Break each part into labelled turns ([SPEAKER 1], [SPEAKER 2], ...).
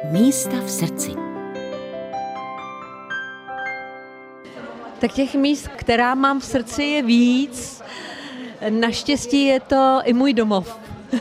[SPEAKER 1] Místa v srdci.
[SPEAKER 2] Tak těch míst, která mám v srdci, je víc. Naštěstí je to i můj domov,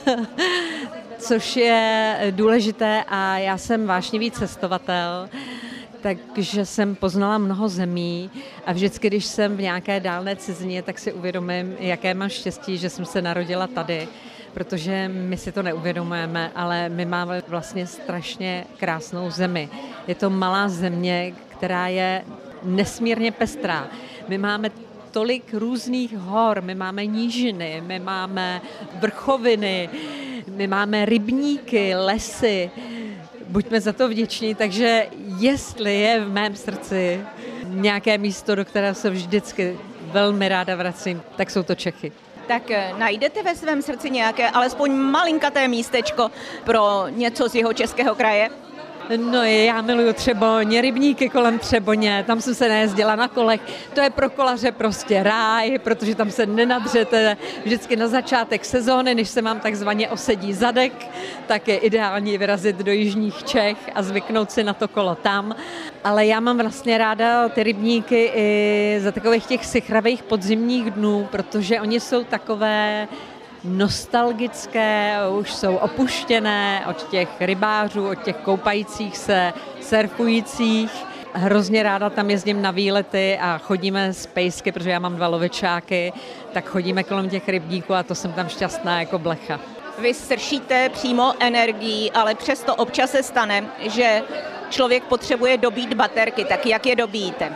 [SPEAKER 2] což je důležité a já jsem vášnivý cestovatel, takže jsem poznala mnoho zemí a vždycky, když jsem v nějaké dálné cizině, tak si uvědomím, jaké mám štěstí, že jsem se narodila tady, protože my si to neuvědomujeme, ale my máme vlastně strašně krásnou zemi. Je to malá země, která je nesmírně pestrá. My máme tolik různých hor, my máme nížiny, my máme vrchoviny, my máme rybníky, lesy. Buďme za to vděční, takže jestli je v mém srdci nějaké místo, do kterého se vždycky velmi ráda vracím, tak jsou to Čechy.
[SPEAKER 3] Tak najdete ve svém srdci nějaké alespoň malinkaté místečko pro něco z Jihočeského kraje?
[SPEAKER 2] No já miluju Třeboň, rybníky kolem Třeboně, tam jsem se najezdila na kolech. To je pro kolaře prostě ráj, protože tam se nenadřete. Vždycky na začátek sezóny, než se vám takzvaně osedí zadek, tak je ideální vyrazit do jižních Čech a zvyknout si na to kolo tam. Ale já mám vlastně ráda ty rybníky i za takových těch sichravých podzimních dnů, protože oni jsou takové nostalgické, už jsou opuštěné od těch rybářů, od těch koupajících se, surfujících. Hrozně ráda tam jezdím na výlety a chodíme z pejsky, protože já mám 2 lovičáky, tak chodíme kolem těch rybníků a to jsem tam šťastná jako blecha.
[SPEAKER 3] Vy sršíte přímo energií, ale přesto občas se stane, že člověk potřebuje dobít baterky, tak jak je dobíjíte?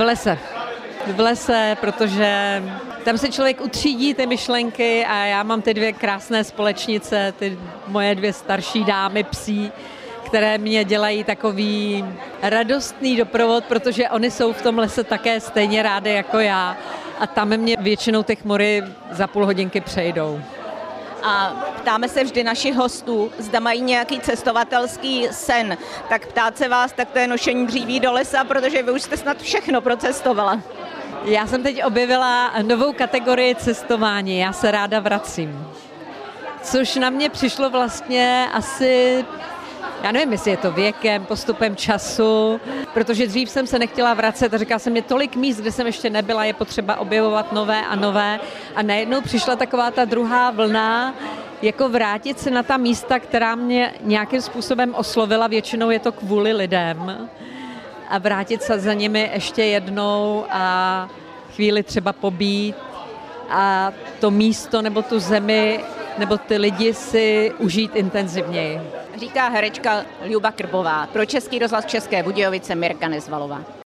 [SPEAKER 2] V lese, protože tam se člověk utřídí ty myšlenky a já mám ty 2 krásné společnice, ty moje 2 starší dámy psí, které mě dělají takový radostný doprovod, protože oni jsou v tom lese také stejně rádi jako já a tam mě většinou ty chmury za půl hodinky přejdou.
[SPEAKER 3] A ptáme se vždy našich hostů, zda mají nějaký cestovatelský sen. Tak ptát se vás, tak to je nošení dříví do lesa, protože vy už jste snad všechno procestovala.
[SPEAKER 2] Já jsem teď objevila novou kategorii cestování, já se ráda vracím. Což na mě přišlo vlastně asi, já nevím, jestli je to věkem, postupem času, protože dřív jsem se nechtěla vracet a říkala jsem, je tolik míst, kde jsem ještě nebyla, je potřeba objevovat nové a nové. A najednou přišla taková ta druhá vlna, jako vrátit se na ta místa, která mě nějakým způsobem oslovila, většinou je to kvůli lidem. A vrátit se za nimi ještě jednou a chvíli třeba pobít a to místo nebo tu zemi nebo ty lidi si užít intenzivněji.
[SPEAKER 3] Říká herečka Ljuba Krbová, pro Český rozhlas České Budějovice Mirka Nezvalová.